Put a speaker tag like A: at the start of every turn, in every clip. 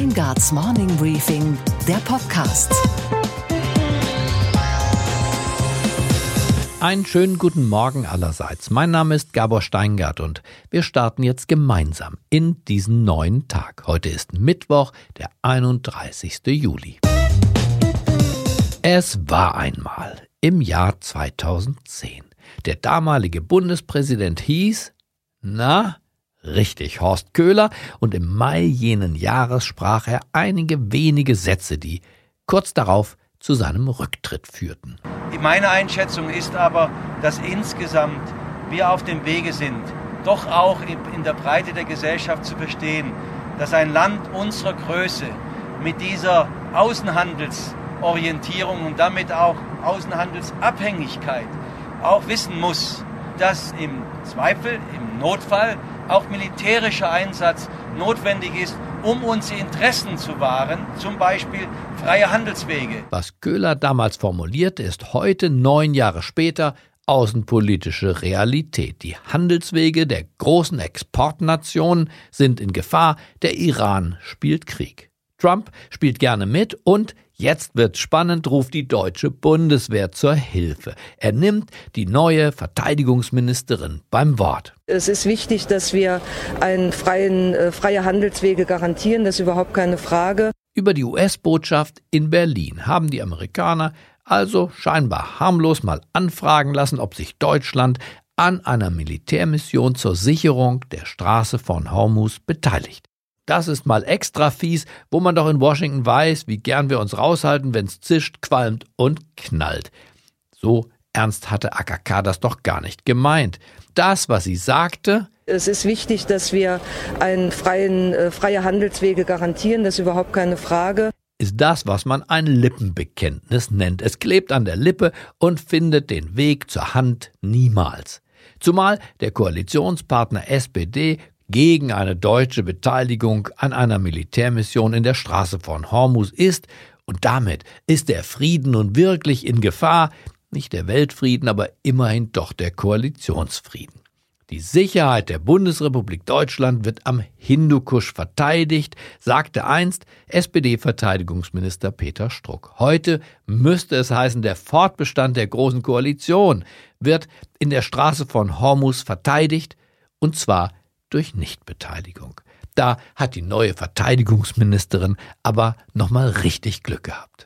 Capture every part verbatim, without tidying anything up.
A: Steingarts Morning Briefing, der Podcast.
B: Einen schönen guten Morgen allerseits. Mein Name ist Gabor Steingart und wir starten jetzt gemeinsam in diesen neuen Tag. Heute ist Mittwoch, der einunddreißigste Juli. Es war einmal im Jahr zweitausendzehn. Der damalige Bundespräsident hieß, na, richtig, Horst Köhler, und im Mai jenen Jahres sprach er einige wenige Sätze, die kurz darauf zu seinem Rücktritt führten.
C: Meine Einschätzung ist aber, dass insgesamt wir auf dem Wege sind, doch auch in der Breite der Gesellschaft zu verstehen, dass ein Land unserer Größe mit dieser Außenhandelsorientierung und damit auch Außenhandelsabhängigkeit auch wissen muss, dass im Zweifel, im Notfall auch militärischer Einsatz notwendig ist, um unsere Interessen zu wahren, zum Beispiel freie Handelswege.
B: Was Köhler damals formulierte, ist heute, neun Jahre später, außenpolitische Realität. Die Handelswege der großen Exportnationen sind in Gefahr, der Iran spielt Krieg. Trump spielt gerne mit und jetzt wird's spannend, ruft die deutsche Bundeswehr zur Hilfe. Er nimmt die neue Verteidigungsministerin beim Wort.
D: Es ist wichtig, dass wir einen freien, äh, freie Handelswege garantieren, das ist überhaupt keine Frage.
B: Über die U S-Botschaft in Berlin haben die Amerikaner also scheinbar harmlos mal anfragen lassen, ob sich Deutschland an einer Militärmission zur Sicherung der Straße von Hormuz beteiligt. Das ist mal extra fies, wo man doch in Washington weiß, wie gern wir uns raushalten, wenn's zischt, qualmt und knallt. So ernst hatte A K K das doch gar nicht gemeint. Das, was sie sagte:
D: Es ist wichtig, dass wir einen freien, äh, freie Handelswege garantieren, das ist überhaupt keine Frage.
B: Ist das, was man ein Lippenbekenntnis nennt. Es klebt an der Lippe und findet den Weg zur Hand niemals. Zumal der Koalitionspartner S P D gegen eine deutsche Beteiligung an einer Militärmission in der Straße von Hormuz ist, und damit ist der Frieden nun wirklich in Gefahr, nicht der Weltfrieden, aber immerhin doch der Koalitionsfrieden. Die Sicherheit der Bundesrepublik Deutschland wird am Hindukusch verteidigt, sagte einst S P D-Verteidigungsminister Peter Struck. Heute müsste es heißen, der Fortbestand der Großen Koalition wird in der Straße von Hormuz verteidigt, und zwar durch Nichtbeteiligung. Da hat die neue Verteidigungsministerin aber nochmal richtig Glück gehabt.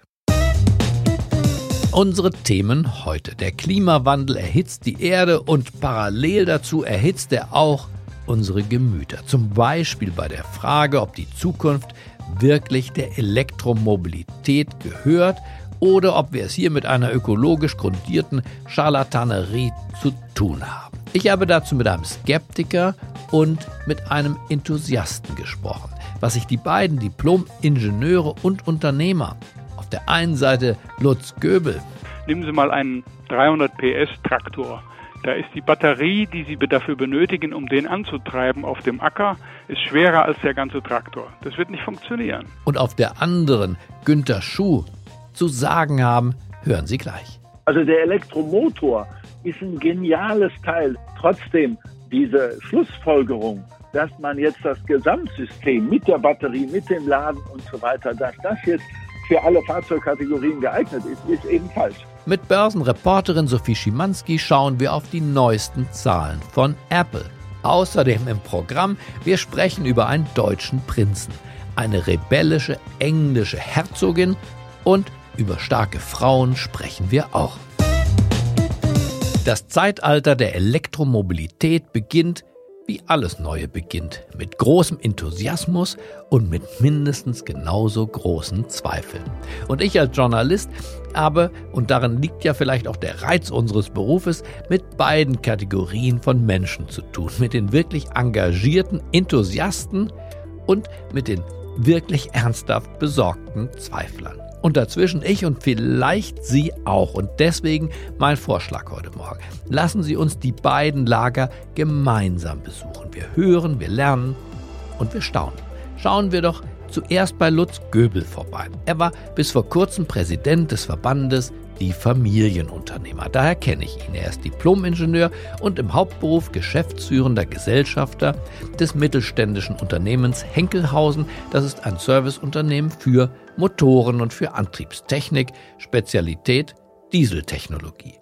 B: Unsere Themen heute. Der Klimawandel erhitzt die Erde und parallel dazu erhitzt er auch unsere Gemüter. Zum Beispiel bei der Frage, ob die Zukunft wirklich der Elektromobilität gehört oder ob wir es hier mit einer ökologisch grundierten Scharlatanerie zu tun haben. Ich habe dazu mit einem Skeptiker und mit einem Enthusiasten gesprochen, was sich die beiden Diplom-Ingenieure und Unternehmer, auf der einen Seite Lutz Göbel.
E: Nehmen Sie mal einen dreihundert P S Traktor. Da ist die Batterie, die Sie dafür benötigen, um den anzutreiben auf dem Acker, ist schwerer als der ganze Traktor. Das wird nicht funktionieren.
B: Und auf der anderen Günter Schuh zu sagen haben, hören Sie gleich.
F: Also der Elektromotor ist ein geniales Teil. Trotzdem diese Schlussfolgerung, dass man jetzt das Gesamtsystem mit der Batterie, mit dem Laden und so weiter, dass das jetzt für alle Fahrzeugkategorien geeignet ist, ist eben falsch.
B: Mit Börsenreporterin Sophie Schimanski schauen wir auf die neuesten Zahlen von Apple. Außerdem im Programm, wir sprechen über einen deutschen Prinzen, eine rebellische englische Herzogin und über starke Frauen sprechen wir auch. Das Zeitalter der Elektromobilität beginnt, wie alles Neue beginnt, mit großem Enthusiasmus und mit mindestens genauso großen Zweifeln. Und ich als Journalist habe, und darin liegt ja vielleicht auch der Reiz unseres Berufes, mit beiden Kategorien von Menschen zu tun, mit den wirklich engagierten Enthusiasten und mit den wirklich ernsthaft besorgten Zweiflern. Und dazwischen ich und vielleicht Sie auch. Und deswegen mein Vorschlag heute Morgen. Lassen Sie uns die beiden Lager gemeinsam besuchen. Wir hören, wir lernen und wir staunen. Schauen wir doch, zuerst bei Lutz Göbel vorbei. Er war bis vor kurzem Präsident des Verbandes Die Familienunternehmer. Daher kenne ich ihn. Er ist Diplom-Ingenieur und im Hauptberuf geschäftsführender Gesellschafter des mittelständischen Unternehmens Henkelhausen. Das ist ein Serviceunternehmen für Motoren und für Antriebstechnik, Spezialität Dieseltechnologie.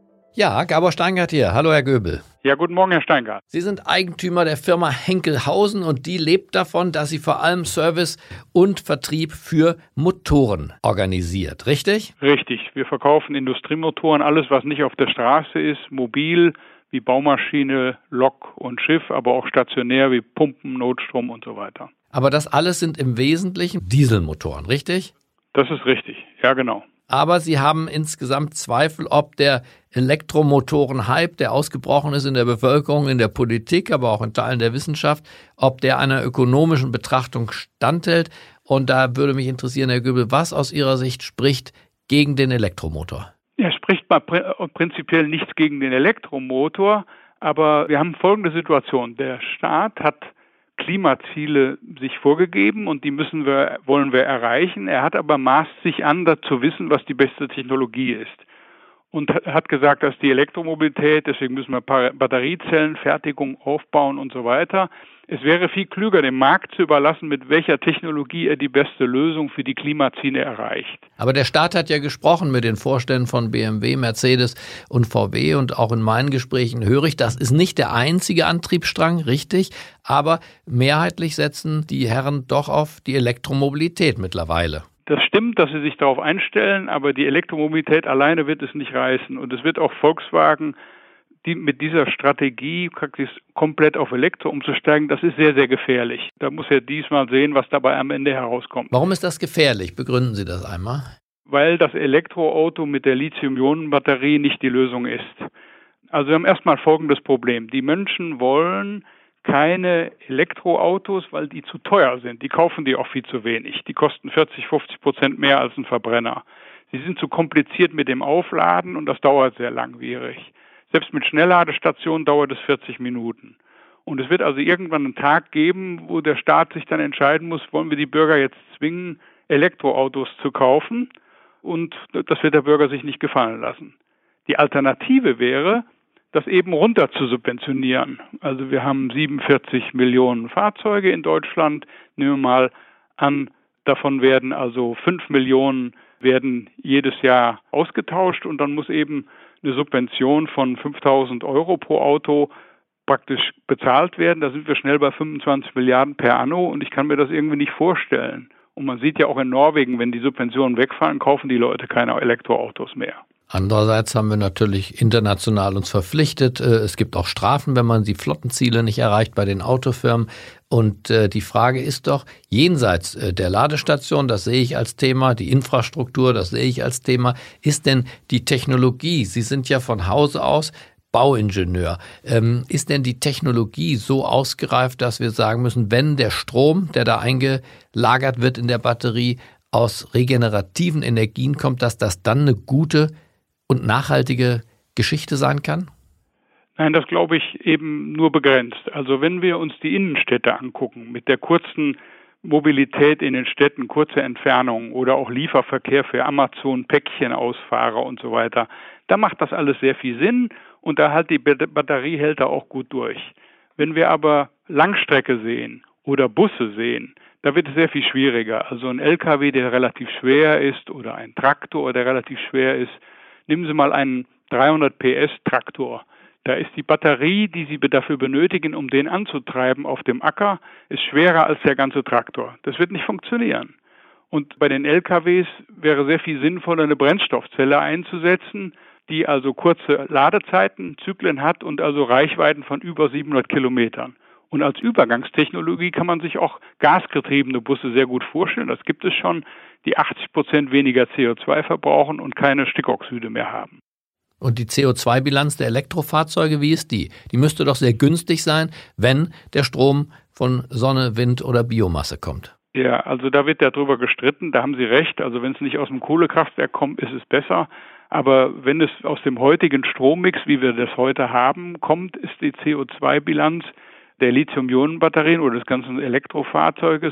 B: Ja, Gabor Steingart hier. Hallo, Herr Göbel.
E: Ja, guten Morgen, Herr Steingart.
B: Sie sind Eigentümer der Firma Henkelhausen und die lebt davon, dass sie vor allem Service und Vertrieb für Motoren organisiert, richtig?
E: Richtig. Wir verkaufen Industriemotoren, alles, was nicht auf der Straße ist, mobil, wie Baumaschine, Lok und Schiff, aber auch stationär wie Pumpen, Notstrom und so weiter.
B: Aber das alles sind im Wesentlichen Dieselmotoren, richtig?
E: Das ist richtig, ja genau.
B: Aber Sie haben insgesamt Zweifel, ob der Elektromotoren-Hype, der ausgebrochen ist in der Bevölkerung, in der Politik, aber auch in Teilen der Wissenschaft, ob der einer ökonomischen Betrachtung standhält. Und da würde mich interessieren, Herr Göbel, was aus Ihrer Sicht spricht gegen den Elektromotor?
E: Ja, spricht mal prinzipiell nichts gegen den Elektromotor, aber wir haben folgende Situation. Der Staat hat Klimaziele sich vorgegeben und die müssen wir, wollen wir erreichen. Er hat aber maßt sich an, da zu wissen, was die beste Technologie ist. Und hat gesagt, dass die Elektromobilität, deswegen müssen wir Batteriezellenfertigung aufbauen und so weiter. Es wäre viel klüger, dem Markt zu überlassen, mit welcher Technologie er die beste Lösung für die Klimaziele erreicht.
B: Aber der Staat hat ja gesprochen mit den Vorständen von B M W, Mercedes und V W und auch in meinen Gesprächen höre ich, das ist nicht der einzige Antriebsstrang, richtig, aber mehrheitlich setzen die Herren doch auf die Elektromobilität mittlerweile.
E: Das stimmt, dass sie sich darauf einstellen, aber die Elektromobilität alleine wird es nicht reißen. Und es wird auch Volkswagen, die mit dieser Strategie praktisch komplett auf Elektro umzusteigen, das ist sehr, sehr gefährlich. Da muss er diesmal sehen, was dabei am Ende herauskommt.
B: Warum ist das gefährlich? Begründen Sie das einmal.
E: Weil das Elektroauto mit der Lithium-Ionen-Batterie nicht die Lösung ist. Also wir haben erstmal folgendes Problem. Die Menschen wollen keine Elektroautos, weil die zu teuer sind. Die kaufen die auch viel zu wenig. Die kosten vierzig, fünfzig Prozent mehr als ein Verbrenner. Sie sind zu kompliziert mit dem Aufladen und das dauert sehr langwierig. Selbst mit Schnellladestationen dauert es vierzig Minuten. Und es wird also irgendwann einen Tag geben, wo der Staat sich dann entscheiden muss, wollen wir die Bürger jetzt zwingen, Elektroautos zu kaufen? Und das wird der Bürger sich nicht gefallen lassen. Die Alternative wäre, das eben runter zu subventionieren. Also wir haben siebenundvierzig Millionen Fahrzeuge in Deutschland. Nehmen wir mal an, davon werden also fünf Millionen werden jedes Jahr ausgetauscht und dann muss eben eine Subvention von fünftausend Euro pro Auto praktisch bezahlt werden. Da sind wir schnell bei fünfundzwanzig Milliarden per anno und ich kann mir das irgendwie nicht vorstellen. Und man sieht ja auch in Norwegen, wenn die Subventionen wegfallen, kaufen die Leute keine Elektroautos mehr.
B: Andererseits haben wir natürlich international uns verpflichtet. Es gibt auch Strafen, wenn man die Flottenziele nicht erreicht bei den Autofirmen. Und die Frage ist doch, jenseits der Ladestation, das sehe ich als Thema, die Infrastruktur, das sehe ich als Thema, ist denn die Technologie, Sie sind ja von Hause aus Bauingenieur, ist denn die Technologie so ausgereift, dass wir sagen müssen, wenn der Strom, der da eingelagert wird in der Batterie, aus regenerativen Energien kommt, dass das dann eine gute und nachhaltige Geschichte sein kann?
E: Nein, das glaube ich eben nur begrenzt. Also wenn wir uns die Innenstädte angucken, mit der kurzen Mobilität in den Städten, kurze Entfernungen oder auch Lieferverkehr für Amazon, Päckchenausfahrer und so weiter, da macht das alles sehr viel Sinn und da halt die Batterie hält da auch gut durch. Wenn wir aber Langstrecke sehen oder Busse sehen, da wird es sehr viel schwieriger. Also ein L K W, der relativ schwer ist oder ein Traktor, der relativ schwer ist. Nehmen Sie mal einen dreihundert P S Traktor. Da ist die Batterie, die Sie dafür benötigen, um den anzutreiben auf dem Acker, ist schwerer als der ganze Traktor. Das wird nicht funktionieren. Und bei den L K Ws wäre sehr viel sinnvoller, eine Brennstoffzelle einzusetzen, die also kurze Ladezeiten, Zyklen hat und also Reichweiten von über siebenhundert Kilometern. Und als Übergangstechnologie kann man sich auch gasgetriebene Busse sehr gut vorstellen. Das gibt es schon, die achtzig Prozent weniger C O zwei verbrauchen und keine Stickoxide mehr haben.
B: Und die C O zwei Bilanz der Elektrofahrzeuge, wie ist die? Die müsste doch sehr günstig sein, wenn der Strom von Sonne, Wind oder Biomasse kommt.
E: Ja, also da wird ja drüber gestritten, da haben Sie recht. Also wenn es nicht aus dem Kohlekraftwerk kommt, ist es besser. Aber wenn es aus dem heutigen Strommix, wie wir das heute haben, kommt, ist die C O zwei Bilanz der Lithium-Ionen-Batterien oder des ganzen Elektrofahrzeuges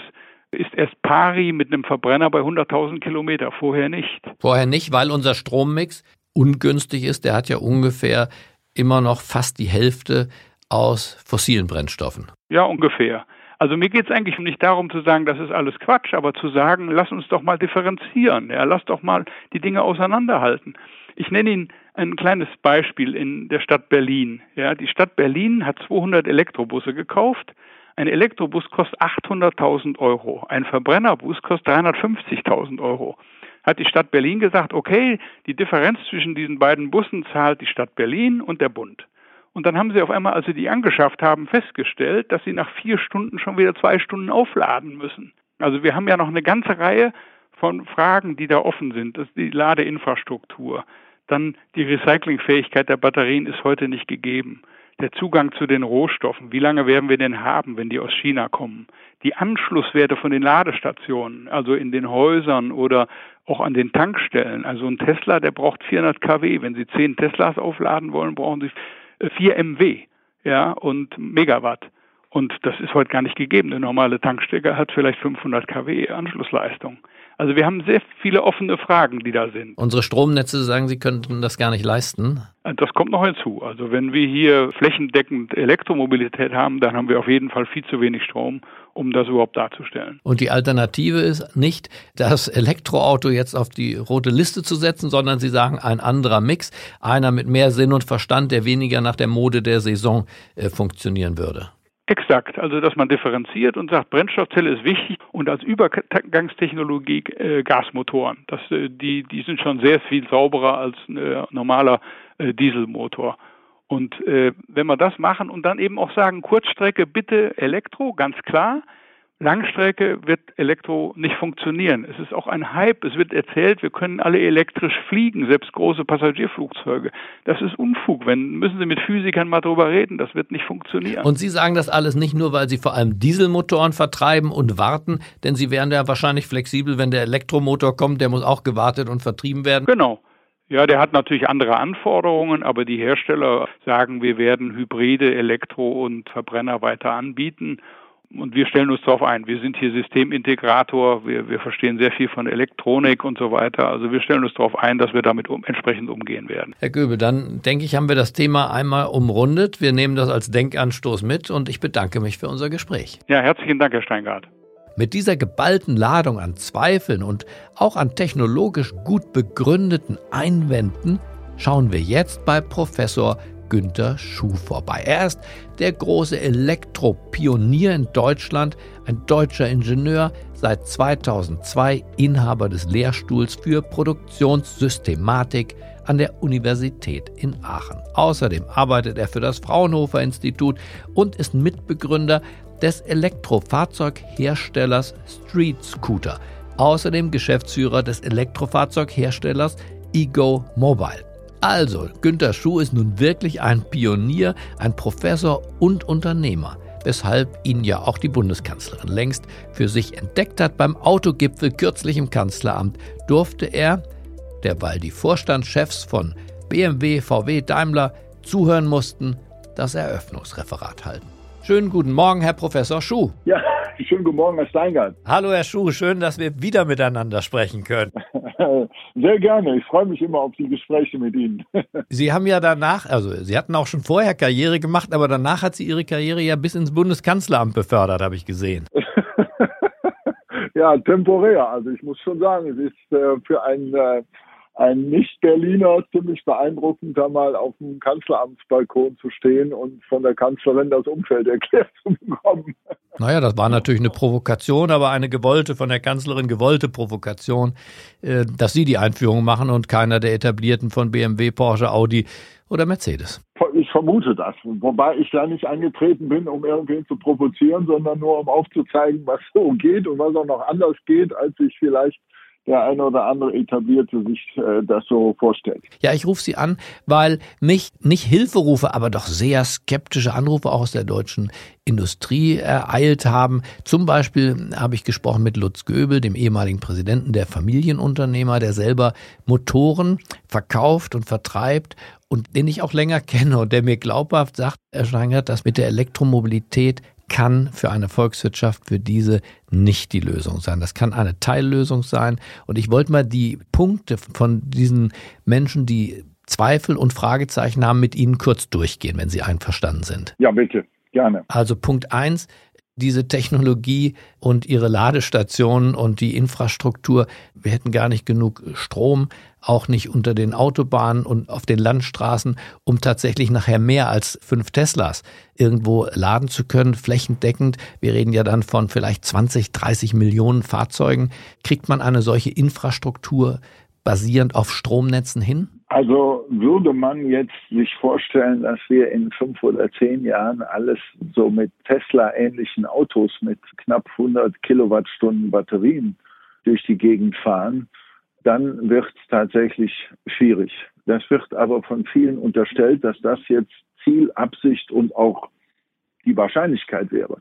E: ist erst pari mit einem Verbrenner bei hunderttausend Kilometer, vorher nicht.
B: Vorher nicht, weil unser Strommix ungünstig ist. Der hat ja ungefähr immer noch fast die Hälfte aus fossilen Brennstoffen.
E: Ja, ungefähr. Also mir geht es eigentlich nicht darum zu sagen, das ist alles Quatsch, aber zu sagen, lass uns doch mal differenzieren. Ja, lass doch mal die Dinge auseinanderhalten. Ich nenne Ihnen ein kleines Beispiel in der Stadt Berlin. Ja, die Stadt Berlin hat zweihundert Elektrobusse gekauft. Ein Elektrobus kostet achthunderttausend Euro. Ein Verbrennerbus kostet dreihundertfünfzigtausend Euro. Hat die Stadt Berlin gesagt, okay, die Differenz zwischen diesen beiden Bussen zahlt die Stadt Berlin und der Bund. Und dann haben sie auf einmal, als sie die angeschafft haben, festgestellt, dass sie nach vier Stunden schon wieder zwei Stunden aufladen müssen. Also wir haben ja noch eine ganze Reihe von Fragen, die da offen sind. Das ist die Ladeinfrastruktur. Dann die Recyclingfähigkeit der Batterien ist heute nicht gegeben. Der Zugang zu den Rohstoffen, wie lange werden wir denn haben, wenn die aus China kommen? Die Anschlusswerte von den Ladestationen, also in den Häusern oder auch an den Tankstellen. Also ein Tesla, der braucht vierhundert Kilowatt. Wenn Sie zehn Teslas aufladen wollen, brauchen Sie vier Megawatt, ja, und Megawatt. Und das ist heute gar nicht gegeben. Eine normale Tankstelle hat vielleicht fünfhundert Kilowatt Anschlussleistung. Also wir haben sehr viele offene Fragen, die da sind.
B: Unsere Stromnetze sagen, sie könnten das gar nicht leisten.
E: Das kommt noch hinzu. Also wenn wir hier flächendeckend Elektromobilität haben, dann haben wir auf jeden Fall viel zu wenig Strom, um das überhaupt darzustellen.
B: Und die Alternative ist nicht, das Elektroauto jetzt auf die rote Liste zu setzen, sondern Sie sagen, ein anderer Mix, einer mit mehr Sinn und Verstand, der weniger nach der Mode der Saison äh, funktionieren würde.
E: Exakt, also dass man differenziert und sagt, Brennstoffzelle ist wichtig und als Übergangstechnologie äh, Gasmotoren. Das, äh, die, die sind schon sehr viel sauberer als ein äh, normaler äh, Dieselmotor. Und äh, wenn wir das machen und dann eben auch sagen, Kurzstrecke bitte Elektro, ganz klar, Langstrecke wird Elektro nicht funktionieren. Es ist auch ein Hype. Es wird erzählt, wir können alle elektrisch fliegen, selbst große Passagierflugzeuge. Das ist Unfug. Wenn, müssen Sie mit Physikern mal drüber reden. Das wird nicht funktionieren.
B: Und Sie sagen das alles nicht nur, weil Sie vor allem Dieselmotoren vertreiben und warten, denn Sie wären ja wahrscheinlich flexibel, wenn der Elektromotor kommt, der muss auch gewartet und vertrieben werden.
E: Genau. Ja, der hat natürlich andere Anforderungen, aber die Hersteller sagen, wir werden Hybride, Elektro und Verbrenner weiter anbieten. Und wir stellen uns darauf ein. Wir sind hier Systemintegrator, wir, wir verstehen sehr viel von Elektronik und so weiter. Also wir stellen uns darauf ein, dass wir damit um, entsprechend umgehen werden.
B: Herr Göbel, dann denke ich, haben wir das Thema einmal umrundet. Wir nehmen das als Denkanstoß mit und ich bedanke mich für unser Gespräch.
E: Ja, herzlichen Dank, Herr Steingart.
B: Mit dieser geballten Ladung an Zweifeln und auch an technologisch gut begründeten Einwänden schauen wir jetzt bei Professor Günter Schuh vorbei. Er ist der große Elektropionier in Deutschland, ein deutscher Ingenieur, seit zweitausendzwei Inhaber des Lehrstuhls für Produktionssystematik an der Universität in Aachen. Außerdem arbeitet er für das Fraunhofer Institut und ist Mitbegründer des Elektrofahrzeugherstellers Street Scooter. Außerdem Geschäftsführer des Elektrofahrzeugherstellers Ego Mobile. Also, Günter Schuh ist nun wirklich ein Pionier, ein Professor und Unternehmer, weshalb ihn ja auch die Bundeskanzlerin längst für sich entdeckt hat. Beim Autogipfel kürzlich im Kanzleramt durfte er, derweil die Vorstandschefs von B M W, V W, Daimler zuhören mussten, das Eröffnungsreferat halten. Schönen guten Morgen, Herr Professor Schuh.
F: Ja, schönen guten Morgen, Herr Steingart.
B: Hallo, Herr Schuh, schön, dass wir wieder miteinander sprechen können.
F: Sehr gerne, ich freue mich immer auf die Gespräche mit Ihnen.
B: Sie haben ja danach, also Sie hatten auch schon vorher Karriere gemacht, aber danach hat Sie Ihre Karriere ja bis ins Bundeskanzleramt befördert, habe ich gesehen.
F: Ja, temporär, also ich muss schon sagen, es ist äh, für einen äh, ein Nicht-Berliner ziemlich beeindruckend, da mal auf dem Kanzleramtsbalkon zu stehen und von der Kanzlerin das Umfeld erklärt zu bekommen.
B: Naja, das war natürlich eine Provokation, aber eine gewollte, von der Kanzlerin gewollte Provokation, dass Sie die Einführung machen und keiner der etablierten von B M W, Porsche, Audi oder Mercedes.
F: Ich vermute das, wobei ich da nicht angetreten bin, um irgendwen zu provozieren, sondern nur um aufzuzeigen, was so geht und was auch noch anders geht, als ich vielleicht der eine oder andere Etablierte sich äh, das so vorstellt.
B: Ja, ich rufe Sie an, weil mich nicht Hilferufe, aber doch sehr skeptische Anrufe auch aus der deutschen Industrie ereilt haben. Zum Beispiel habe ich gesprochen mit Lutz Göbel, dem ehemaligen Präsidenten der Familienunternehmer, der selber Motoren verkauft und vertreibt und den ich auch länger kenne und der mir glaubhaft sagt, Herr Steingart, dass mit der Elektromobilität kann für eine Volkswirtschaft, für diese nicht die Lösung sein. Das kann eine Teillösung sein. Und ich wollte mal die Punkte von diesen Menschen, die Zweifel und Fragezeichen haben, mit Ihnen kurz durchgehen, wenn Sie einverstanden sind.
F: Ja, bitte, gerne.
B: Also Punkt eins, diese Technologie und ihre Ladestationen und die Infrastruktur, wir hätten gar nicht genug Strom, auch nicht unter den Autobahnen und auf den Landstraßen, um tatsächlich nachher mehr als fünf Teslas irgendwo laden zu können, flächendeckend. Wir reden ja dann von vielleicht zwanzig, dreißig Millionen Fahrzeugen. Kriegt man eine solche Infrastruktur basierend auf Stromnetzen hin?
F: Also würde man jetzt sich vorstellen, dass wir in fünf oder zehn Jahren alles so mit Tesla-ähnlichen Autos mit knapp hundert Kilowattstunden Batterien durch die Gegend fahren, dann wird es tatsächlich schwierig. Das wird aber von vielen unterstellt, dass das jetzt Ziel, Absicht und auch die Wahrscheinlichkeit wäre.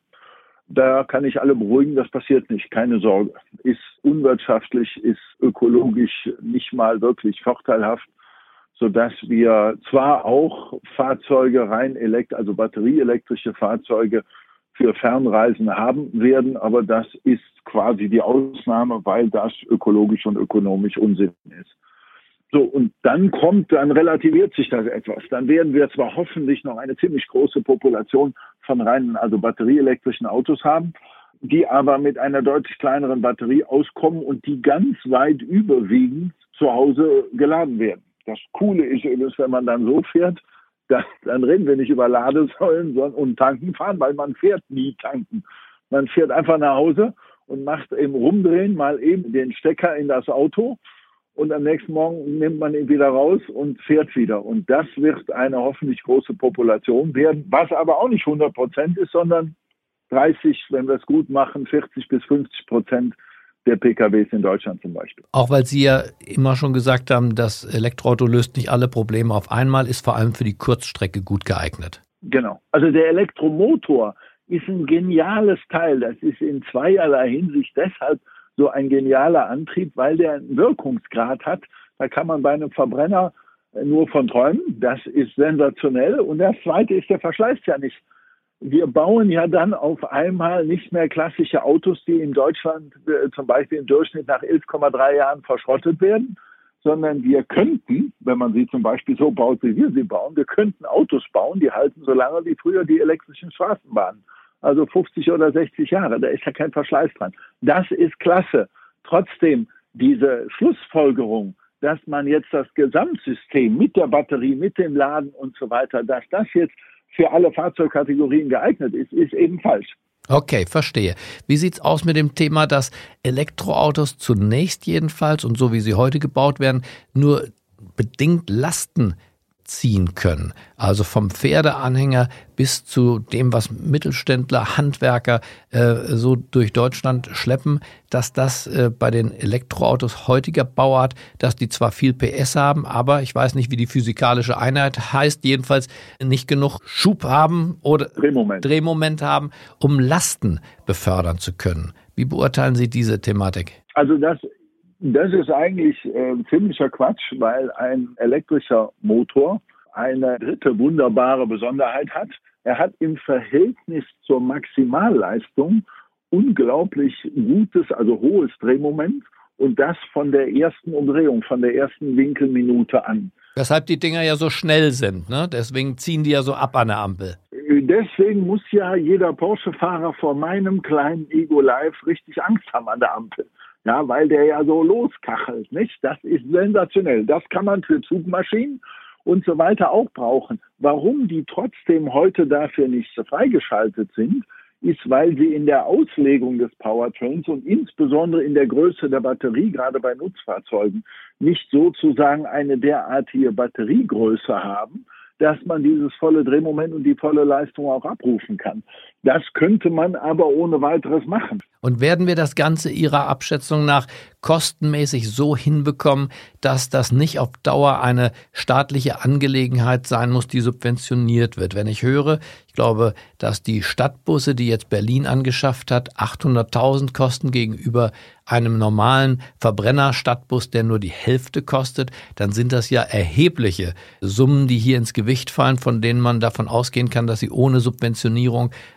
F: Da kann ich alle beruhigen, das passiert nicht, keine Sorge. Ist unwirtschaftlich, ist ökologisch nicht mal wirklich vorteilhaft, sodass wir zwar auch Fahrzeuge rein elekt, also batterieelektrische Fahrzeuge für Fernreisen haben werden, aber das ist quasi die Ausnahme, weil das ökologisch und ökonomisch Unsinn ist. So, und dann kommt, dann relativiert sich das etwas. Dann werden wir zwar hoffentlich noch eine ziemlich große Population von reinen, also batterieelektrischen Autos haben, die aber mit einer deutlich kleineren Batterie auskommen und die ganz weit überwiegend zu Hause geladen werden. Das Coole ist übrigens, wenn man dann so fährt, dann, dann reden wir nicht über Ladesäulen sondern und tanken fahren, weil man fährt nie tanken. Man fährt einfach nach Hause und macht im Rumdrehen mal eben den Stecker in das Auto und am nächsten Morgen nimmt man ihn wieder raus und fährt wieder. Und das wird eine hoffentlich große Population werden, was aber auch nicht hundert Prozent ist, sondern dreißig, wenn wir es gut machen, vierzig bis fünfzig Prozent der P K Ws in Deutschland zum Beispiel.
B: Auch weil Sie ja immer schon gesagt haben, das Elektroauto löst nicht alle Probleme auf einmal, ist vor allem für die Kurzstrecke gut geeignet.
F: Genau. Also der Elektromotor ist ein geniales Teil. Das ist in zweierlei Hinsicht deshalb so ein genialer Antrieb, weil der einen Wirkungsgrad hat. Da kann man bei einem Verbrenner nur von träumen. Das ist sensationell. Und das Zweite ist, der verschleißt ja nicht. Wir bauen ja dann auf einmal nicht mehr klassische Autos, die in Deutschland äh, zum Beispiel im Durchschnitt nach elf Komma drei Jahren verschrottet werden, sondern wir könnten, wenn man sie zum Beispiel so baut, wie wir sie bauen, wir könnten Autos bauen, die halten so lange wie früher die elektrischen Straßenbahnen. Also fünfzig oder sechzig Jahre, da ist ja kein Verschleiß dran. Das ist klasse. Trotzdem, diese Schlussfolgerung, dass man jetzt das Gesamtsystem mit der Batterie, mit dem Laden und so weiter, dass das jetzt für alle Fahrzeugkategorien geeignet ist, ist eben falsch.
B: Okay, verstehe. Wie sieht's aus mit dem Thema, dass Elektroautos zunächst jedenfalls und so wie sie heute gebaut werden, nur bedingt Lasten ziehen können? Also vom Pferdeanhänger bis zu dem, was Mittelständler, Handwerker äh, so durch Deutschland schleppen, dass das äh, bei den Elektroautos heutiger Bauart, dass die zwar viel P S haben, aber ich weiß nicht, wie die physikalische Einheit heißt, jedenfalls nicht genug Schub haben oder
F: Drehmoment,
B: Drehmoment haben, um Lasten befördern zu können. Wie beurteilen Sie diese Thematik?
F: Also das Das ist eigentlich äh, ziemlicher Quatsch, weil ein elektrischer Motor eine dritte wunderbare Besonderheit hat. Er hat im Verhältnis zur Maximalleistung unglaublich gutes, also hohes Drehmoment und das von der ersten Umdrehung, von der ersten Winkelminute an.
B: Weshalb die Dinger ja so schnell sind, ne? Deswegen ziehen die ja so ab an der Ampel.
F: Deswegen muss ja jeder Porsche-Fahrer vor meinem kleinen Ego Live richtig Angst haben an der Ampel. Ja, weil der ja so loskachelt, nicht? Das ist sensationell. Das kann man für Zugmaschinen und so weiter auch brauchen. Warum die trotzdem heute dafür nicht freigeschaltet sind, ist, weil sie in der Auslegung des Powertrains und insbesondere in der Größe der Batterie, gerade bei Nutzfahrzeugen, nicht sozusagen eine derartige Batteriegröße haben, dass man dieses volle Drehmoment und die volle Leistung auch abrufen kann. Das könnte man aber ohne weiteres machen.
B: Und werden wir das Ganze Ihrer Abschätzung nach kostenmäßig so hinbekommen, dass das nicht auf Dauer eine staatliche Angelegenheit sein muss, die subventioniert wird? Wenn ich höre, ich glaube, dass die Stadtbusse, die jetzt Berlin angeschafft hat, achthunderttausend kosten gegenüber einem normalen Verbrenner-Stadtbus, der nur die Hälfte kostet, dann sind das ja erhebliche Summen, die hier ins Gewicht fallen, von denen man davon ausgehen kann, dass sie ohne Subventionierung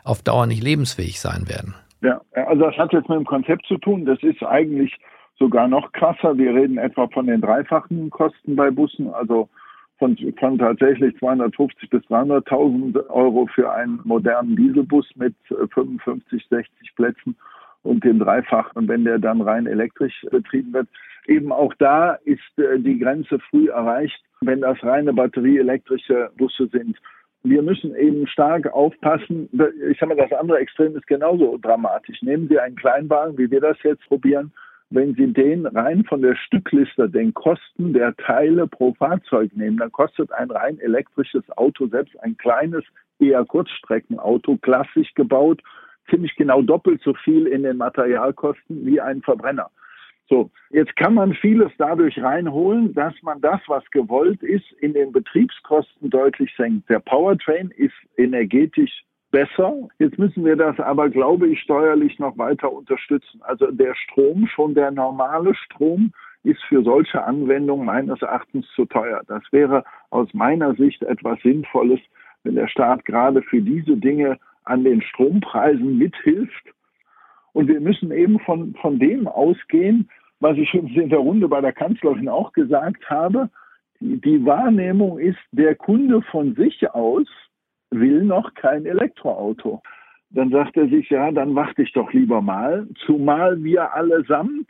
B: auf Dauer nicht lebensfähig sein werden.
F: Ja, also das hat jetzt mit dem Konzept zu tun. Das ist eigentlich sogar noch krasser. Wir reden etwa von den dreifachen Kosten bei Bussen, also von, von tatsächlich zweihundertfünfzig bis dreihunderttausend Euro für einen modernen Dieselbus mit fünfundfünfzig, sechzig Plätzen und dem Dreifachen, wenn der dann rein elektrisch betrieben wird. Eben auch da ist die Grenze früh erreicht, wenn das reine batterieelektrische Busse sind. Wir müssen eben stark aufpassen. Ich sage mal, das andere Extrem ist genauso dramatisch. Nehmen Sie einen Kleinwagen, wie wir das jetzt probieren. Wenn Sie den rein von der Stückliste, den Kosten der Teile pro Fahrzeug nehmen, dann kostet ein rein elektrisches Auto, selbst ein kleines, eher Kurzstreckenauto, klassisch gebaut, ziemlich genau doppelt so viel in den Materialkosten wie ein Verbrenner. So, jetzt kann man vieles dadurch reinholen, dass man das, was gewollt ist, in den Betriebskosten deutlich senkt. Der Powertrain ist energetisch besser. Jetzt müssen wir das aber, glaube ich, steuerlich noch weiter unterstützen. Also der Strom, schon der normale Strom, ist für solche Anwendungen meines Erachtens zu teuer. Das wäre aus meiner Sicht etwas Sinnvolles, wenn der Staat gerade für diese Dinge an den Strompreisen mithilft. Und wir müssen eben von, von dem ausgehen, was ich schon in der Runde bei der Kanzlerin auch gesagt habe. Die, die Wahrnehmung ist, der Kunde von sich aus will noch kein Elektroauto. Dann sagt er sich, ja, dann warte ich doch lieber mal. Zumal wir allesamt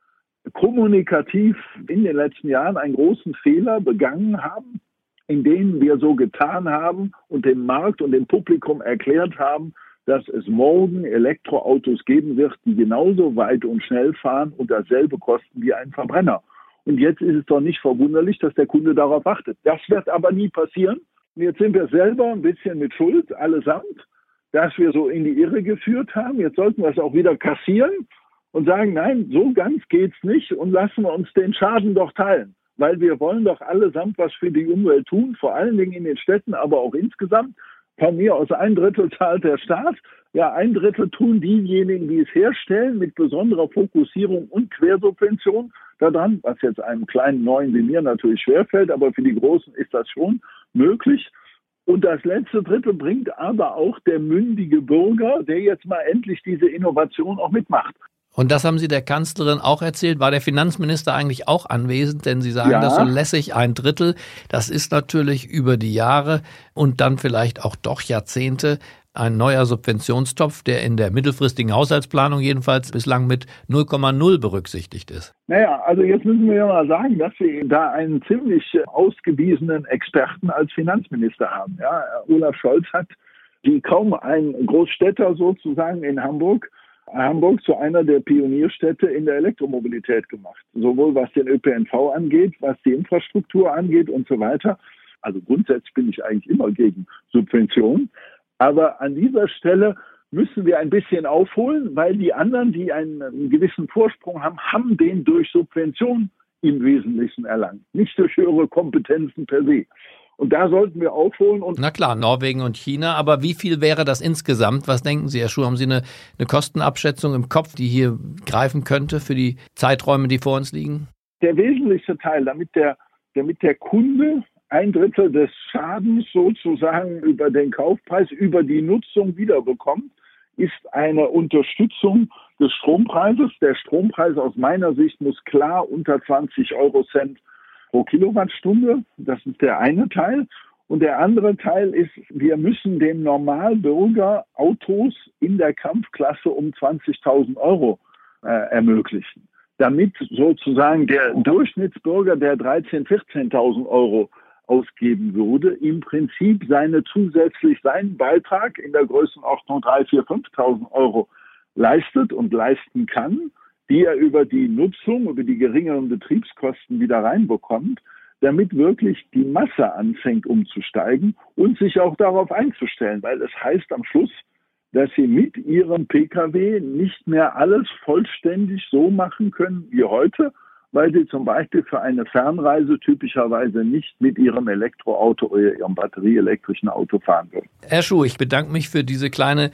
F: kommunikativ in den letzten Jahren einen großen Fehler begangen haben, in denen wir so getan haben und dem Markt und dem Publikum erklärt haben, dass es morgen Elektroautos geben wird, die genauso weit und schnell fahren und dasselbe kosten wie ein Verbrenner. Und jetzt ist es doch nicht verwunderlich, dass der Kunde darauf wartet. Das wird aber nie passieren. Und jetzt sind wir selber ein bisschen mit Schuld, allesamt, dass wir so in die Irre geführt haben. Jetzt sollten wir es auch wieder kassieren und sagen, nein, so ganz geht's nicht und lassen wir uns den Schaden doch teilen. Weil wir wollen doch allesamt was für die Umwelt tun, vor allen Dingen in den Städten, aber auch insgesamt. Von mir aus ein Drittel zahlt der Staat, ja ein Drittel tun diejenigen, die es herstellen, mit besonderer Fokussierung und Quersubvention daran, was jetzt einem kleinen Neuen wie mir natürlich schwerfällt, aber für die Großen ist das schon möglich. Und das letzte Drittel bringt aber auch der mündige Bürger, der jetzt mal endlich diese Innovation auch mitmacht.
B: Und das haben Sie der Kanzlerin auch erzählt. War der Finanzminister eigentlich auch anwesend? Denn Sie sagen
F: Ja.
B: das so lässig, ein Drittel. Das ist natürlich über die Jahre und dann vielleicht auch doch Jahrzehnte ein neuer Subventionstopf, der in der mittelfristigen Haushaltsplanung jedenfalls bislang mit null Komma null berücksichtigt ist.
F: Naja, also jetzt müssen wir ja mal sagen, dass wir da einen ziemlich ausgewiesenen Experten als Finanzminister haben. Ja, Olaf Scholz hat wie kaum ein Großstädter sozusagen in Hamburg Hamburg zu einer der Pionierstädte in der Elektromobilität gemacht. Sowohl was den Ö P N V angeht, was die Infrastruktur angeht und so weiter. Also grundsätzlich bin ich eigentlich immer gegen Subventionen. Aber an dieser Stelle müssen wir ein bisschen aufholen, weil die anderen, die einen, einen gewissen Vorsprung haben, haben den durch Subvention im Wesentlichen erlangt. Nicht durch höhere Kompetenzen per se. Und da sollten wir aufholen. Und
B: Na klar, Norwegen und China. Aber wie viel wäre das insgesamt? Was denken Sie, Herr Schuh? Haben Sie eine, eine Kostenabschätzung im Kopf, die hier greifen könnte für die Zeiträume, die vor uns liegen?
F: Der wesentliche Teil, damit der, damit der Kunde ein Drittel des Schadens sozusagen über den Kaufpreis, über die Nutzung wiederbekommt, ist eine Unterstützung des Strompreises. Der Strompreis aus meiner Sicht muss klar unter zwanzig Euro Cent pro Kilowattstunde. Das ist der eine Teil. Und der andere Teil ist, wir müssen dem Normalbürger Autos in der Kampfklasse um zwanzigtausend Euro äh, ermöglichen, damit sozusagen der Durchschnittsbürger, der dreizehntausend, vierzehntausend Euro ausgeben würde, im Prinzip seine zusätzlich seinen Beitrag in der Größenordnung dreitausend, viertausend, fünftausend Euro leistet und leisten kann, die er über die Nutzung, über die geringeren Betriebskosten wieder reinbekommt, damit wirklich die Masse anfängt umzusteigen und sich auch darauf einzustellen. Weil es heißt am Schluss, dass sie mit ihrem Pkw nicht mehr alles vollständig so machen können wie heute, weil sie zum Beispiel für eine Fernreise typischerweise nicht mit ihrem Elektroauto oder ihrem batterieelektrischen Auto fahren würden.
B: Herr Schuh, ich bedanke mich für diese kleine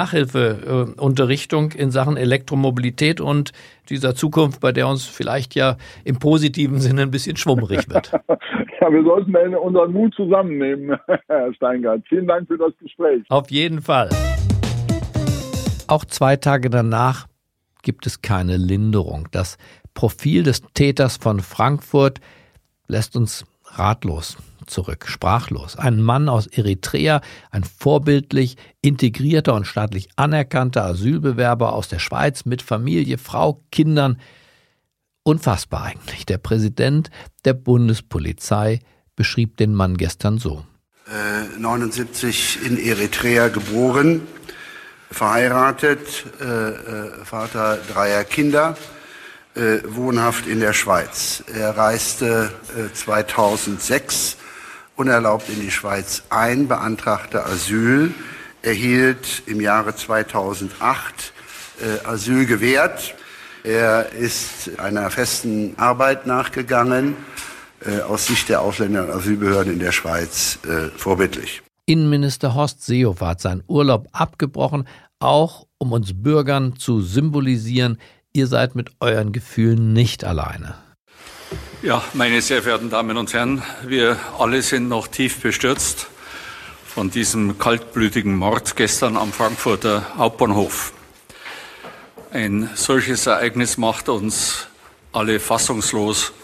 B: Nachhilfeunterrichtung in Sachen Elektromobilität und dieser Zukunft, bei der uns vielleicht ja im positiven Sinne ein bisschen schwummrig wird.
F: Ja, wir sollten unseren Mut zusammennehmen, Herr Steingart. Vielen Dank für das Gespräch.
B: Auf jeden Fall. Auch zwei Tage danach gibt es keine Linderung. Das Profil des Täters von Frankfurt lässt uns ratlos zurück, sprachlos. Ein Mann aus Eritrea, ein vorbildlich integrierter und staatlich anerkannter Asylbewerber aus der Schweiz mit Familie, Frau, Kindern. Unfassbar eigentlich. Der Präsident der Bundespolizei beschrieb den Mann gestern so.
G: Äh, neunundsiebzig in Eritrea geboren, verheiratet, äh, äh, Vater dreier Kinder, äh, wohnhaft in der Schweiz. Er reiste äh, zweitausendsechs unerlaubt in die Schweiz ein, beantragte Asyl, erhielt im Jahre zweitausendacht äh, Asyl gewährt. Er ist einer festen Arbeit nachgegangen, äh, aus Sicht der Ausländer- und Asylbehörden in der Schweiz äh, vorbildlich.
B: Innenminister Horst Seehofer hat seinen Urlaub abgebrochen, auch um uns Bürgern zu symbolisieren, ihr seid mit euren Gefühlen nicht alleine.
H: Ja, meine sehr verehrten Damen und Herren, wir alle sind noch tief bestürzt von diesem kaltblütigen Mord gestern am Frankfurter Hauptbahnhof. Ein solches Ereignis macht uns alle fassungslos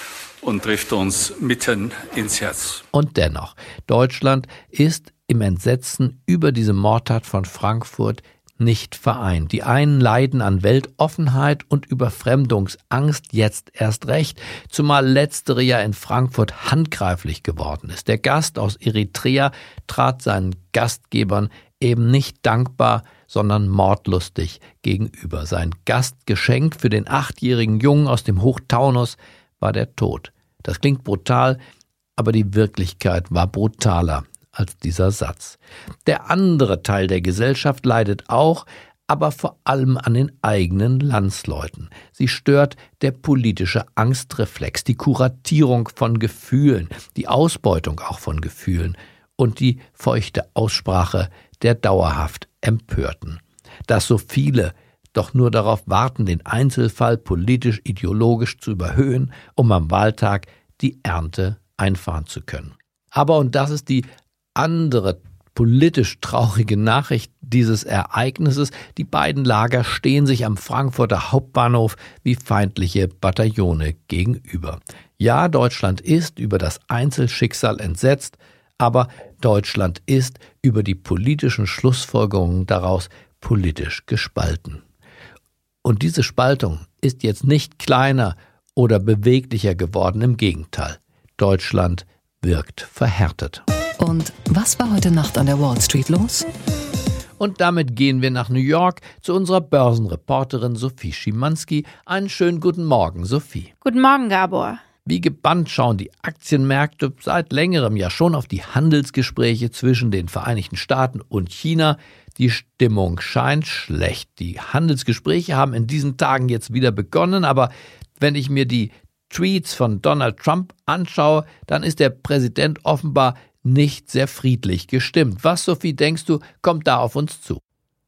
H: und trifft uns mitten ins Herz.
B: Und dennoch, Deutschland ist im Entsetzen über diese Mordtat von Frankfurt nicht vereint. Die einen leiden an Weltoffenheit und Überfremdungsangst jetzt erst recht, zumal letztere ja in Frankfurt handgreiflich geworden ist. Der Gast aus Eritrea trat seinen Gastgebern eben nicht dankbar, sondern mordlustig gegenüber. Sein Gastgeschenk für den achtjährigen Jungen aus dem Hochtaunus war der Tod. Das klingt brutal, aber die Wirklichkeit war brutaler als dieser Satz. Der andere Teil der Gesellschaft leidet auch, aber vor allem an den eigenen Landsleuten. Sie stört der politische Angstreflex, die Kuratierung von Gefühlen, die Ausbeutung auch von Gefühlen und die feuchte Aussprache der dauerhaft Empörten. Dass so viele doch nur darauf warten, den Einzelfall politisch-ideologisch zu überhöhen, um am Wahltag die Ernte einfahren zu können. Aber, und das ist die andere politisch traurige Nachricht dieses Ereignisses, die beiden Lager stehen sich am Frankfurter Hauptbahnhof wie feindliche Bataillone gegenüber. Ja, Deutschland ist über das Einzelschicksal entsetzt, aber Deutschland ist über die politischen Schlussfolgerungen daraus politisch gespalten. Und diese Spaltung ist jetzt nicht kleiner oder beweglicher geworden, im Gegenteil. Deutschland wirkt verhärtet.
A: Und was war heute Nacht an der Wall Street los?
B: Und damit gehen wir nach New York zu unserer Börsenreporterin Sophie Schimanski. Einen schönen guten Morgen, Sophie.
I: Guten Morgen, Gabor.
B: Wie gebannt schauen die Aktienmärkte seit längerem ja schon auf die Handelsgespräche zwischen den Vereinigten Staaten und China. Die Stimmung scheint schlecht. Die Handelsgespräche haben in diesen Tagen jetzt wieder begonnen, aber wenn ich mir die Tweets von Donald Trump anschaue, dann ist der Präsident offenbar nicht sehr friedlich gestimmt. Was, Sophie, denkst du, kommt da auf uns zu?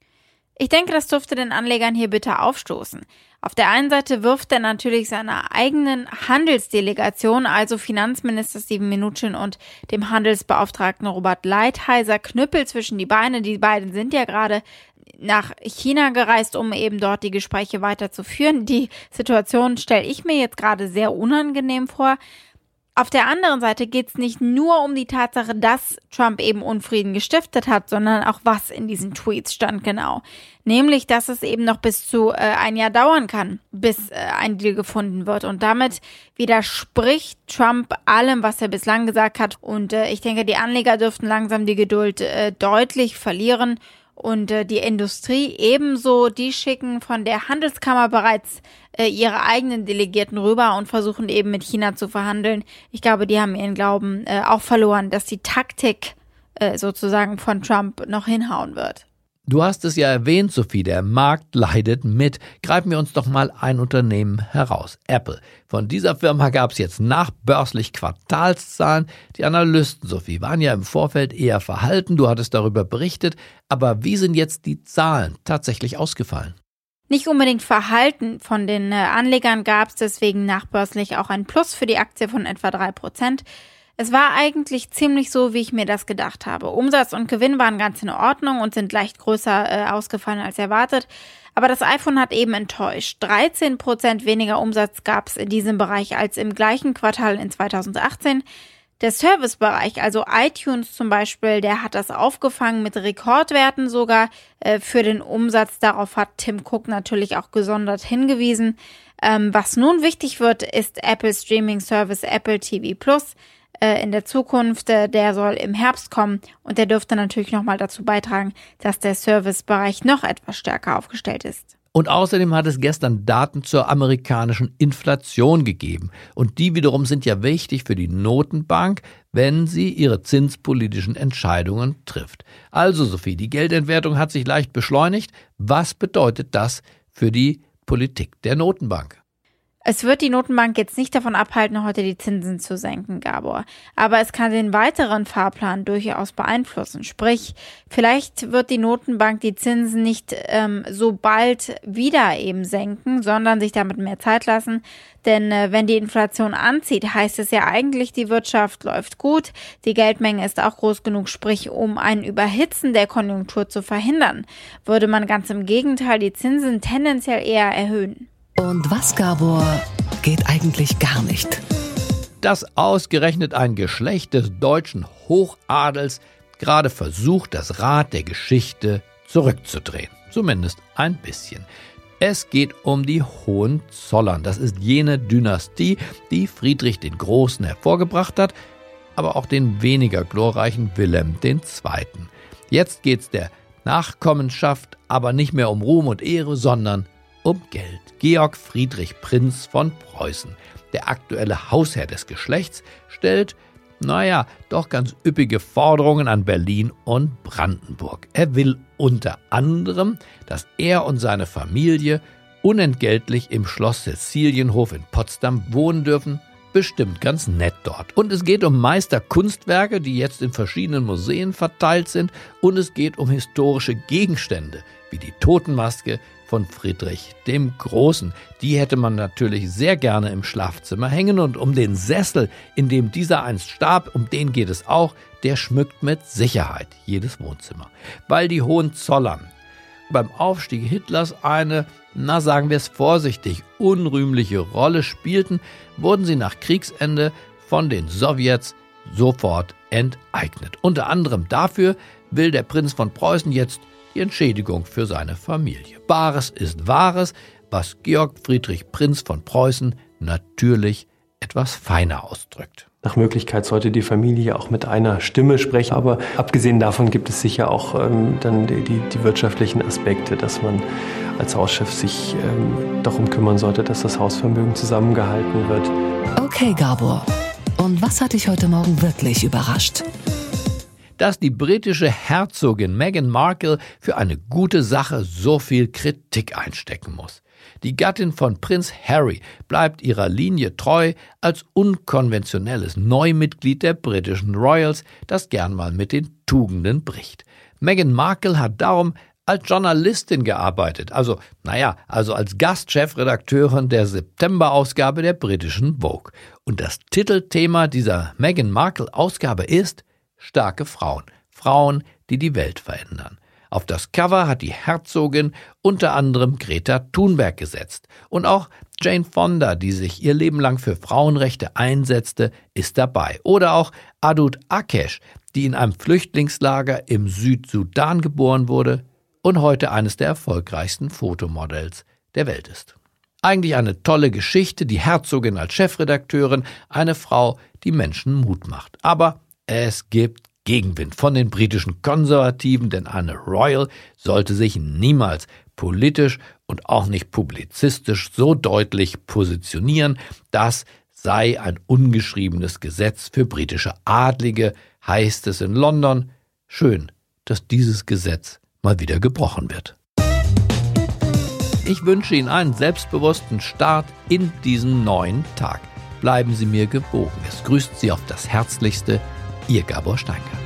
I: Ich denke, das dürfte den Anlegern hier bitter aufstoßen. Auf der einen Seite wirft er natürlich seiner eigenen Handelsdelegation, also Finanzminister Steven Mnuchin und dem Handelsbeauftragten Robert Lighthizer, Knüppel zwischen die Beine. Die beiden sind ja gerade nach China gereist, um eben dort die Gespräche weiterzuführen. Die Situation stelle ich mir jetzt gerade sehr unangenehm vor. Auf der anderen Seite geht es nicht nur um die Tatsache, dass Trump eben Unfrieden gestiftet hat, sondern auch was in diesen Tweets stand genau. Nämlich, dass es eben noch bis zu äh, ein Jahr dauern kann, bis äh, ein Deal gefunden wird. Und damit widerspricht Trump allem, was er bislang gesagt hat. Und äh, ich denke, die Anleger dürften langsam die Geduld äh, deutlich verlieren. Und äh, die Industrie ebenso, die schicken von der Handelskammer bereits äh, ihre eigenen Delegierten rüber und versuchen eben mit China zu verhandeln. Ich glaube, die haben ihren Glauben äh, auch verloren, dass die Taktik äh, sozusagen von Trump noch hinhauen wird.
B: Du hast es ja erwähnt, Sophie, der Markt leidet mit. Greifen wir uns doch mal ein Unternehmen heraus. Apple. Von dieser Firma gab es jetzt nachbörslich Quartalszahlen. Die Analysten, Sophie, waren ja im Vorfeld eher verhalten. Du hattest darüber berichtet. Aber wie sind jetzt die Zahlen tatsächlich ausgefallen?
I: Nicht unbedingt verhalten. Von den äh, Anlegern gab es deswegen nachbörslich auch ein Plus für die Aktie von etwa drei Prozent. Es war eigentlich ziemlich so, wie ich mir das gedacht habe. Umsatz und Gewinn waren ganz in Ordnung und sind leicht größer äh, ausgefallen als erwartet. Aber das iPhone hat eben enttäuscht. dreizehn Prozent weniger Umsatz gab es in diesem Bereich als im gleichen Quartal in zweitausendachtzehn. Der Servicebereich, also iTunes zum Beispiel, der hat das aufgefangen mit Rekordwerten sogar äh, für den Umsatz. Darauf hat Tim Cook natürlich auch gesondert hingewiesen. Ähm, was nun wichtig wird, ist Apple Streaming Service Apple T V Plus. In der Zukunft, der soll im Herbst kommen und der dürfte natürlich nochmal dazu beitragen, dass der Servicebereich noch etwas stärker aufgestellt ist.
B: Und außerdem hat es gestern Daten zur amerikanischen Inflation gegeben. Und die wiederum sind ja wichtig für die Notenbank, wenn sie ihre zinspolitischen Entscheidungen trifft. Also Sophie, die Geldentwertung hat sich leicht beschleunigt. Was bedeutet das für die Politik der Notenbank?
I: Es wird die Notenbank jetzt nicht davon abhalten, heute die Zinsen zu senken, Gabor. Aber es kann den weiteren Fahrplan durchaus beeinflussen. Sprich, vielleicht wird die Notenbank die Zinsen nicht ähm, so bald wieder eben senken, sondern sich damit mehr Zeit lassen. Denn äh, wenn die Inflation anzieht, heißt es ja eigentlich, die Wirtschaft läuft gut, die Geldmenge ist auch groß genug, sprich, um ein Überhitzen der Konjunktur zu verhindern, würde man ganz im Gegenteil die Zinsen tendenziell eher erhöhen.
A: Und was, Gabor, geht eigentlich gar nicht?
B: Dass ausgerechnet ein Geschlecht des deutschen Hochadels gerade versucht, das Rad der Geschichte zurückzudrehen. Zumindest ein bisschen. Es geht um die Hohenzollern. Das ist jene Dynastie, die Friedrich den Großen hervorgebracht hat, aber auch den weniger glorreichen Wilhelm der Zweite. Jetzt geht es der Nachkommenschaft aber nicht mehr um Ruhm und Ehre, sondern um Geld. Georg Friedrich Prinz von Preußen, der aktuelle Hausherr des Geschlechts, stellt, naja, doch ganz üppige Forderungen an Berlin und Brandenburg. Er will unter anderem, dass er und seine Familie unentgeltlich im Schloss Cäcilienhof in Potsdam wohnen dürfen. Bestimmt ganz nett dort. Und es geht um Meisterkunstwerke, die jetzt in verschiedenen Museen verteilt sind. Und es geht um historische Gegenstände, wie die Totenmaske von Friedrich dem Großen. Die hätte man natürlich sehr gerne im Schlafzimmer hängen. Und um den Sessel, in dem dieser einst starb, um den geht es auch. Der schmückt mit Sicherheit jedes Wohnzimmer. Weil die Hohenzollern beim Aufstieg Hitlers eine, na sagen wir es vorsichtig, unrühmliche Rolle spielten, wurden sie nach Kriegsende von den Sowjets sofort enteignet. Unter anderem dafür will der Prinz von Preußen jetzt die Entschädigung für seine Familie. Bares ist Wahres, was Georg Friedrich Prinz von Preußen natürlich etwas feiner ausdrückt.
J: Nach Möglichkeit sollte die Familie auch mit einer Stimme sprechen. Aber abgesehen davon gibt es sicher auch ähm, dann die, die, die wirtschaftlichen Aspekte, dass man als Hauschef sich ähm, darum kümmern sollte, dass das Hausvermögen zusammengehalten wird.
A: Okay, Gabor. Und was hat dich heute Morgen wirklich überrascht?
B: Dass die britische Herzogin Meghan Markle für eine gute Sache so viel Kritik einstecken muss. Die Gattin von Prinz Harry bleibt ihrer Linie treu als unkonventionelles Neumitglied der britischen Royals, das gern mal mit den Tugenden bricht. Meghan Markle hat darum als Journalistin gearbeitet, also, naja, also als Gastchefredakteurin der September-Ausgabe der britischen Vogue. Und das Titelthema dieser Meghan Markle-Ausgabe ist starke Frauen, Frauen, die die Welt verändern. Auf das Cover hat die Herzogin unter anderem Greta Thunberg gesetzt. Und auch Jane Fonda, die sich ihr Leben lang für Frauenrechte einsetzte, ist dabei. Oder auch Adud Akesh, die in einem Flüchtlingslager im Südsudan geboren wurde und heute eines der erfolgreichsten Fotomodells der Welt ist. Eigentlich eine tolle Geschichte, die Herzogin als Chefredakteurin, eine Frau, die Menschen Mut macht. Aber es gibt Gegenwind von den britischen Konservativen, denn eine Royal sollte sich niemals politisch und auch nicht publizistisch so deutlich positionieren. Das sei ein ungeschriebenes Gesetz für britische Adlige, heißt es in London. Schön, dass dieses Gesetz mal wieder gebrochen wird. Ich wünsche Ihnen einen selbstbewussten Start in diesen neuen Tag. Bleiben Sie mir gewogen. Es grüßt Sie auf das Herzlichste, Ihr Gabor Steingart.